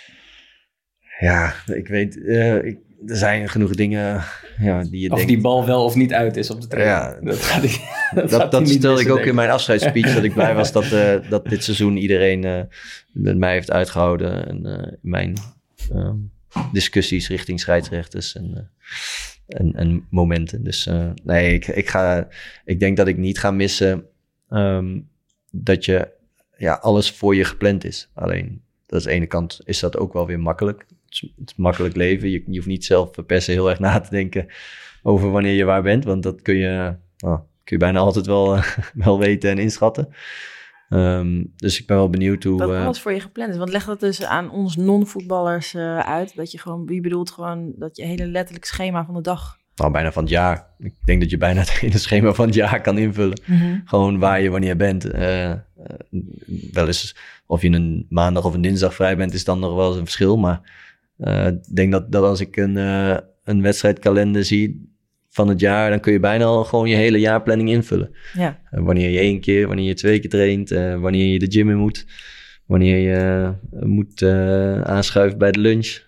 ik weet... er zijn genoeg dingen die je denkt... Of die bal wel of niet uit is op de training. Dat stelde ik ook in mijn afscheidsspeech. Dat ik blij was dat dit seizoen iedereen met mij heeft uitgehouden. En mijn discussies richting scheidsrechters en momenten. Dus ik denk dat ik niet ga missen dat je alles voor je gepland is. Alleen, dat is aan de ene kant is dat ook wel weer makkelijk. Het is makkelijk leven. Je hoeft niet zelf per se heel erg na te denken over wanneer je waar bent. Want dat kun je bijna altijd wel weten en inschatten. Dus ik ben wel benieuwd hoe... Dat alles voor je gepland is. Want leg dat dus aan ons non-voetballers uit. Dat je wie bedoelt gewoon dat je hele letterlijk schema van de dag... bijna van het jaar. Ik denk dat je bijna het hele schema van het jaar kan invullen. Mm-hmm. Gewoon waar je wanneer bent. Wel eens of je een maandag of een dinsdag vrij bent, is dan nog wel eens een verschil. Maar ik denk dat als ik een wedstrijdkalender zie van het jaar, dan kun je bijna al gewoon je hele jaarplanning invullen. Ja. Wanneer je 1 keer, wanneer je 2 keer traint, wanneer je de gym in moet, wanneer je moet aanschuiven bij de lunch.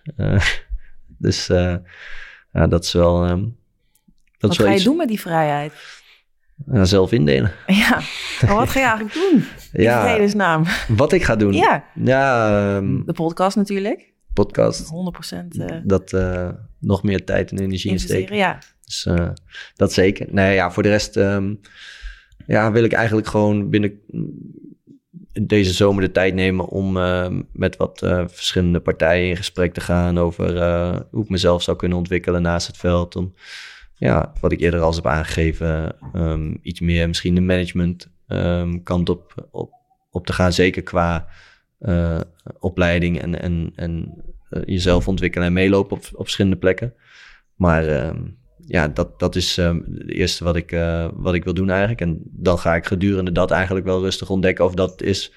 Dus dat is wel... Wat ga je doen met die vrijheid? Zelf indelen. Ja, maar wat ga je eigenlijk doen? In vredesnaam. Wat ik ga doen? Ja. De podcast natuurlijk. Podcast. 100%. Dat nog meer tijd en energie in steken. Ja. Dus dat zeker. Nee, ja, voor de rest wil ik eigenlijk gewoon binnen deze zomer de tijd nemen om met wat verschillende partijen in gesprek te gaan over hoe ik mezelf zou kunnen ontwikkelen naast het veld. Om, wat ik eerder al eens heb aangegeven, iets meer misschien de management kant op te gaan. Zeker qua opleiding en jezelf ontwikkelen en meelopen op verschillende plekken. Maar dat is het eerste wat ik wil doen eigenlijk. En dan ga ik gedurende dat eigenlijk wel rustig ontdekken of dat is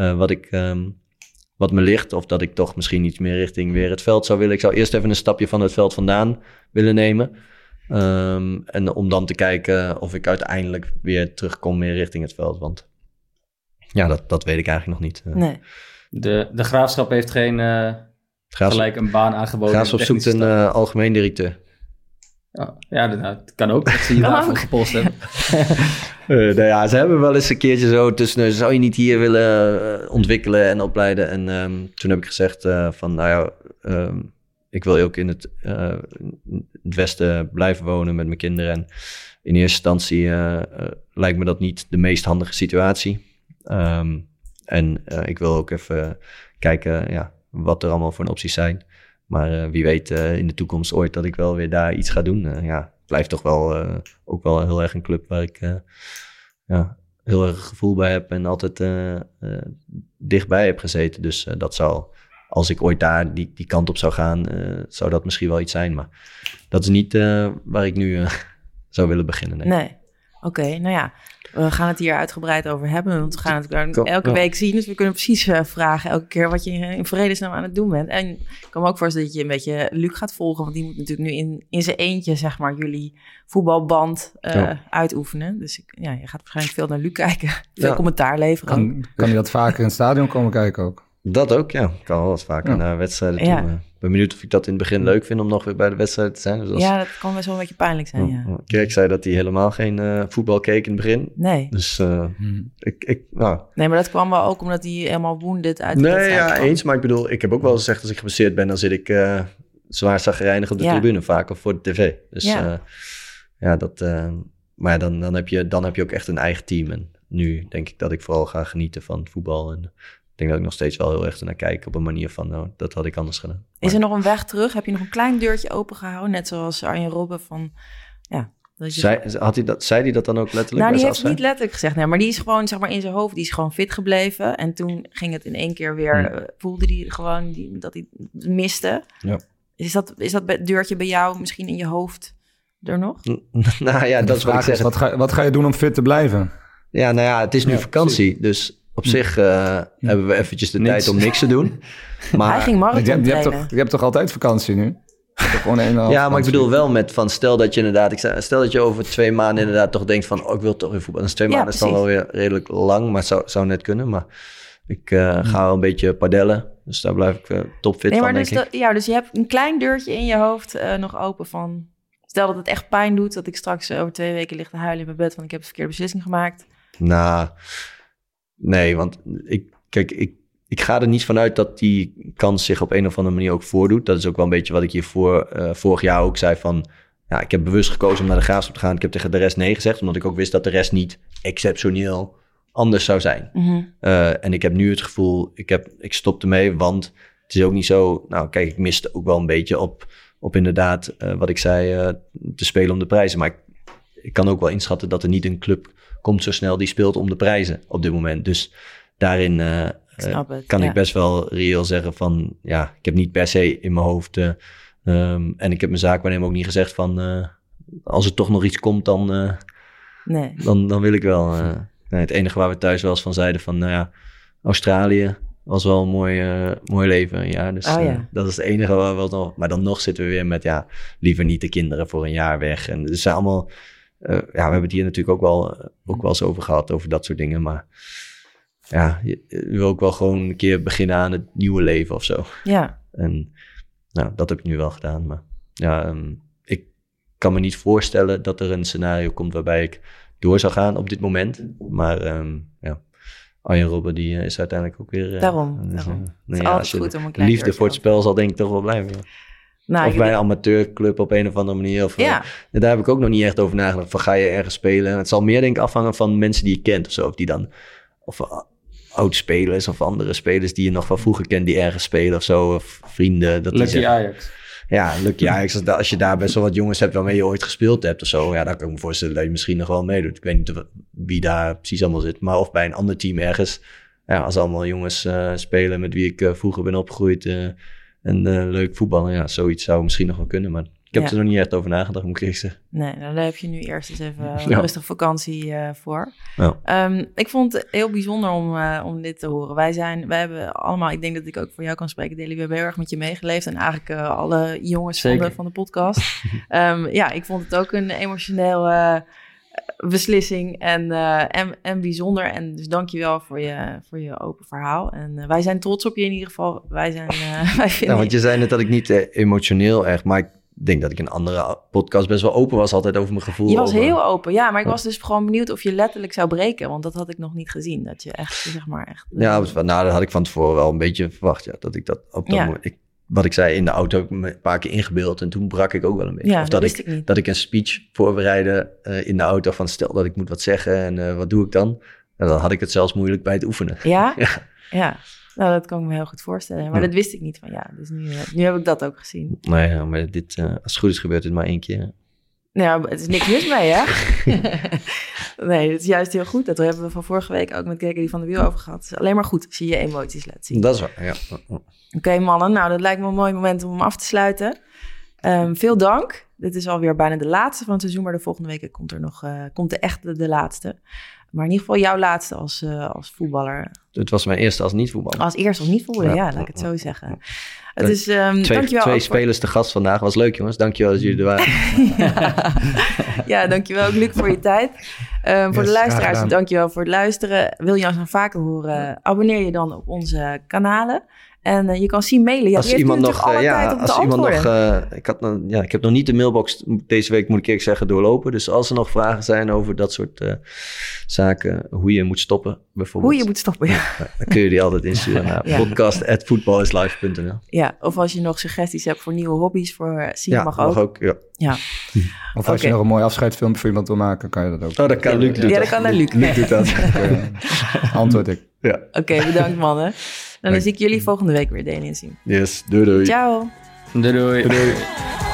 wat me ligt. Of dat ik toch misschien iets meer richting weer het veld zou willen. Ik zou eerst even een stapje van het veld vandaan willen nemen. En om dan te kijken of ik uiteindelijk weer terugkom meer richting het veld. Want dat weet ik eigenlijk nog niet. Nee. De Graafschap heeft geen gelijk een baan aangeboden. Graafschap zoekt een algemeen directeur. Dat kan ook. Dat ze je daarvoor gepolst hebben. Ze hebben wel eens een keertje zo tussen... Zou je niet hier willen ontwikkelen en opleiden? En toen heb ik gezegd ik wil ook in het westen blijven wonen met mijn kinderen. En in eerste instantie lijkt me dat niet de meest handige situatie. Ik wil ook even kijken wat er allemaal voor opties zijn. Maar wie weet in de toekomst ooit dat ik wel weer daar iets ga doen. Het blijft toch wel ook wel heel erg een club waar ik heel erg gevoel bij heb en altijd dichtbij heb gezeten. Dus dat zou, als ik ooit daar die kant op zou gaan, zou dat misschien wel iets zijn. Maar dat is niet waar ik nu zou willen beginnen. Nee. Oké, we gaan het hier uitgebreid over hebben. Want we gaan het elke week zien. Dus we kunnen precies vragen elke keer wat je in vredesnaam aan het doen bent. En ik kan me ook voorstellen dat je een beetje Luc gaat volgen. Want die moet natuurlijk nu in zijn eentje, zeg maar, jullie voetbalband uitoefenen. Dus je gaat waarschijnlijk veel naar Luc kijken. Veel commentaar leveren. Kan je dat vaker in het stadion komen kijken ook? Dat ook, ja. Ik kan wel wat vaker naar wedstrijden toe. Ik ben benieuwd of ik dat in het begin leuk vind om nog weer bij de wedstrijd te zijn. Dus dat kan best wel een beetje pijnlijk zijn, Kirk zei dat hij helemaal geen voetbal keek in het begin. Nee. Dus Nee, maar dat kwam wel ook omdat hij helemaal wounded uit de wedstrijd kwam. Eens. Maar ik bedoel, ik heb ook wel gezegd als ik geblesseerd ben, dan zit ik zwaar zagrijnig op de tribune vaak of voor de tv. Dus maar dan heb je ook echt een eigen team. En nu denk ik dat ik vooral ga genieten van het voetbal. En ik denk dat ik nog steeds wel heel erg ernaar kijk op een manier van, dat had ik anders gedaan. Is er nog een weg terug? Heb je nog een klein deurtje opengehouden? Net zoals Arjen Robben van, zei hij dat dan ook letterlijk? Nou, die heeft het niet letterlijk gezegd. Nee, maar die is gewoon, zeg maar, in zijn hoofd, die is gewoon fit gebleven. En toen ging het in één keer weer, voelde hij gewoon dat hij miste. Ja. Is dat deurtje bij jou misschien in je hoofd er nog? Dat is wat ik zeg. Wat ga je doen om fit te blijven? Het is nu vakantie, dus op zich hebben we eventjes de tijd om niks te doen. Maar hij ging marathon trainen. Je hebt toch altijd vakantie nu? Maar ik bedoel wel met van stel dat je over 2 maanden inderdaad toch denkt van ik wil toch weer voetballen. Dus 2 maanden is dan wel weer redelijk lang, maar het zou net kunnen. Maar ik ga wel een beetje padellen, dus daar blijf ik topfit van, denk ik. Dus je hebt een klein deurtje in je hoofd nog open van, stel dat het echt pijn doet, dat ik straks over 2 weken lig te huilen in mijn bed, want ik heb een verkeerde beslissing gemaakt. Nee, want ik ga er niet vanuit dat die kans zich op een of andere manier ook voordoet. Dat is ook wel een beetje wat ik hier vorig jaar ook zei van, ik heb bewust gekozen om naar de Graafschap te gaan. Ik heb tegen de rest nee gezegd, omdat ik ook wist dat de rest niet exceptioneel anders zou zijn. Mm-hmm. En ik heb nu het gevoel, ik stop ermee, want het is ook niet zo, ik miste ook wel een beetje op inderdaad, wat ik zei, te spelen om de prijzen. Maar ik kan ook wel inschatten dat er niet een club komt zo snel die speelt om de prijzen op dit moment. Dus daarin kan ik best wel reëel zeggen van, ik heb niet per se in mijn hoofd en ik heb mijn zaakwaarnemer ook niet gezegd van, als er toch nog iets komt, dan wil ik wel. Het enige waar we thuis wel eens van zeiden van, Australië was wel een mooi leven. Ja, dus dat is het enige waar we nog, maar dan nog zitten we weer met, liever niet de kinderen voor een jaar weg. En het zijn allemaal, we hebben het hier natuurlijk ook wel eens over gehad, over dat soort dingen, maar je wil ook wel gewoon een keer beginnen aan het nieuwe leven of zo. Ja. En dat heb ik nu wel gedaan. Maar ik kan me niet voorstellen dat er een scenario komt waarbij ik door zou gaan op dit moment. Maar Arjen Robben die is uiteindelijk ook weer... Daarom. Het is altijd goed om een klein liefde voor het spel zal denk ik toch wel blijven. Ja. Nou, of bij een amateurclub op een of andere manier. Of, daar heb ik ook nog niet echt over nagedacht. Van ga je ergens spelen? Het zal meer denk ik afhangen van mensen die je kent of zo. Of die dan... Of oud-spelers of andere spelers die je nog van vroeger kent die ergens spelen of zo. Of vrienden. Lucky Ajax. Ja, Lucky Ajax. Als je daar best wel wat jongens hebt waarmee je ooit gespeeld hebt of zo. Ja, dan kan ik me voorstellen dat je misschien nog wel meedoet. Ik weet niet wie daar precies allemaal zit. Maar of bij een ander team ergens. Ja, als allemaal jongens spelen met wie ik vroeger ben opgegroeid. En leuk voetballen. Ja, zoiets zou misschien nog wel kunnen. Maar ik heb er nog niet echt over nagedacht, moet ik eerst zeggen. Nee, nou, daar heb je nu eerst eens even rustig vakantie voor. Ja. Ik vond het heel bijzonder om dit te horen. wij hebben allemaal, ik denk dat ik ook voor jou kan spreken, Deli, we hebben heel erg met je meegeleefd. En eigenlijk alle jongens van de podcast. Ik vond het ook een emotioneel beslissing en bijzonder. En dus dank je wel voor je open verhaal. En wij zijn trots op je in ieder geval. Wij vinden want je zei net dat ik niet emotioneel echt, maar ik denk dat ik in een andere podcast best wel open was altijd over mijn gevoel. Je was heel open, ja, maar ik was dus gewoon benieuwd of je letterlijk zou breken, want dat had ik nog niet gezien. Dat je echt, zeg maar, echt... dat had ik van tevoren wel een beetje verwacht, ja, dat ik dat op dat moment... Wat ik zei, in de auto heb ik me een paar keer ingebeeld en toen brak ik ook wel een beetje. Ja, of dat ik een speech voorbereidde in de auto van stel dat ik moet wat zeggen en wat doe ik dan? En dan had ik het zelfs moeilijk bij het oefenen. Ja? Ja. Nou, dat kan ik me heel goed voorstellen. Maar dat wist ik niet van dus nu heb ik dat ook gezien. Nee, maar dit, als het goed is gebeurt het maar 1 keer. Nou, het is niks mis mee, hè? Nee, het is juist heel goed. Dat hebben we van vorige week ook met Gregory van der Wiel over gehad. Het is alleen maar goed als je je emoties laat zien. Dat is waar, ja. Oké, mannen. Nou, dat lijkt me een mooi moment om hem af te sluiten. Veel dank. Dit is alweer bijna de laatste van het seizoen, maar de volgende week komt echt de laatste. Maar in ieder geval jouw laatste als voetballer. Het was mijn eerste als niet-voetballer. Als eerste als niet-voetballer, laat ik het zo zeggen. Het is, dankjewel. 2 spelers te gast vandaag. Was leuk, jongens. Dankjewel dat jullie er waren. Ja, dankjewel ook, Luc, voor je tijd. Voor de luisteraars, dankjewel voor het luisteren. Wil je ons nog vaker horen? Abonneer je dan op onze kanalen. En je kan zien mailen. Ja, als iemand nog, ik heb nog niet de mailbox deze week, moet ik eerlijk zeggen, doorlopen. Dus als er nog vragen zijn over dat soort zaken, hoe je moet stoppen bijvoorbeeld. Hoe je moet stoppen, ja. Dan kun je die altijd insturen naar podcast@voetbalislive.nl. Ja, of als je nog suggesties hebt voor nieuwe hobby's voor Siem, mag ook. Ja. Of als je nog een mooi afscheidsfilmpje voor iemand wil maken, kan je dat ook. Oh, dat kan Luc doen. Ja, dat kan naar Luc. Luc doet dat. Antwoord ik. Ja. Oké, bedankt mannen. Dan zie ik jullie volgende week weer, Dani en Siem. Yes, doei. Ciao. Doei.